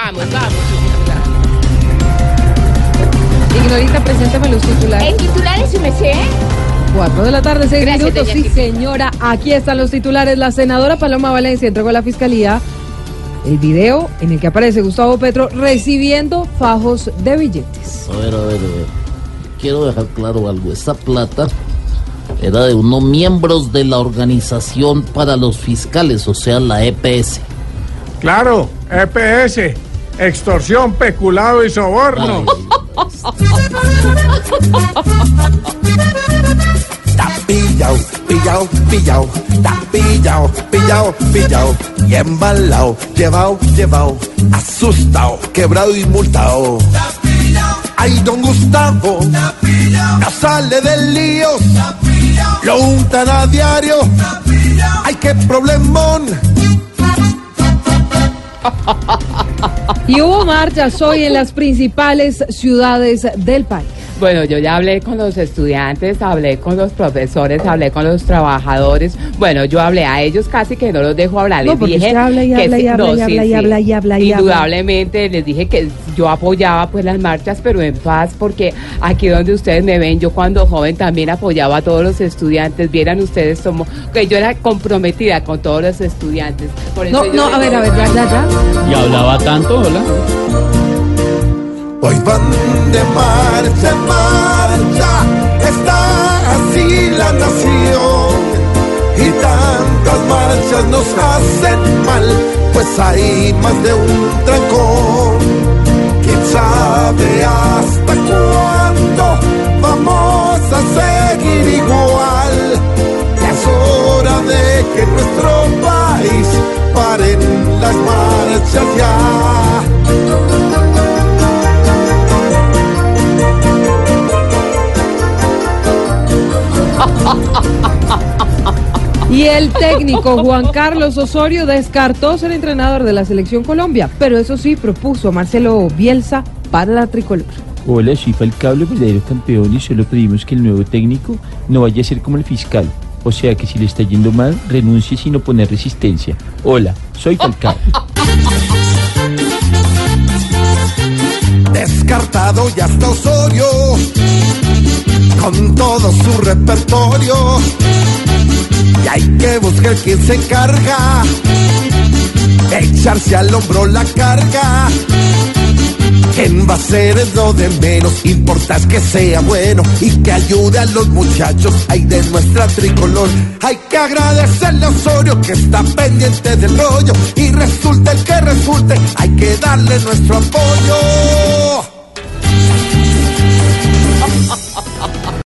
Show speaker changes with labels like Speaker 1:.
Speaker 1: vamos.
Speaker 2: Ignorita, preséntame los titulares.
Speaker 1: ¿El titular es su merced?
Speaker 2: 4 de la tarde, 6
Speaker 1: Gracias,
Speaker 2: minutos.
Speaker 1: doña
Speaker 2: Sí, señora, aquí están los titulares. La senadora Paloma Valencia entregó a la fiscalía el video en el que aparece Gustavo Petro recibiendo fajos de billetes.
Speaker 3: A ver. Quiero dejar claro algo. Esa plata era de unos miembros de la Organización para los Fiscales, o sea, la EPS.
Speaker 4: Claro, EPS, extorsión, peculado y soborno.
Speaker 5: Está pillao, está pillao, y embalao, llevao, asustao, quebrado y multao. Ay, don Gustavo, no sale del lío, lo untan a diario, ay, qué problemón.
Speaker 2: Y hubo marchas hoy en las principales ciudades del país.
Speaker 6: Bueno, yo ya hablé con los estudiantes, hablé con los profesores, hablé con los trabajadores. Bueno, yo hablé a ellos casi que no los dejo hablar.
Speaker 2: No,
Speaker 6: Les
Speaker 2: porque
Speaker 6: dije
Speaker 2: usted habla y
Speaker 6: que
Speaker 2: habla
Speaker 6: sí,
Speaker 2: y habla
Speaker 6: no,
Speaker 2: y
Speaker 6: sí,
Speaker 2: habla y
Speaker 6: sí.
Speaker 2: habla y habla y habla.
Speaker 6: Indudablemente les dije que yo apoyaba pues las marchas, pero en paz, porque aquí donde ustedes me ven, yo cuando joven también apoyaba a todos los estudiantes. Vieran ustedes como que yo era comprometida con todos los estudiantes. Por eso
Speaker 2: A ver, ya.
Speaker 7: ¿Y hablaba tanto, hola?
Speaker 5: Hoy van de marcha en marcha, está así la nación. Y tantas marchas nos hacen mal, pues hay más de un trancón. ¿Quién sabe hasta cuándo vamos a seguir igual? Ya es hora de que en nuestro país paren las marchas ya.
Speaker 2: Y el técnico Juan Carlos Osorio descartó ser entrenador de la Selección Colombia, pero eso sí propuso a Marcelo Bielsa para la tricolor.
Speaker 7: Hola, soy Falcao, el verdadero campeón, y solo pedimos que el nuevo técnico no vaya a ser como el fiscal. O sea que si le está yendo mal, renuncie sin oponer resistencia. Hola, soy Falcao.
Speaker 5: Descartado ya está Osorio, con todo su repertorio. Y hay que buscar quien se encarga, echarse al hombro la carga. ¿Quién va a ser? Es lo de menos, importa es que sea bueno y que ayude a los muchachos, ay, de nuestra tricolor. Hay que agradecerle a Osorio que está pendiente del rollo, y resulte el que resulte, hay que darle nuestro apoyo.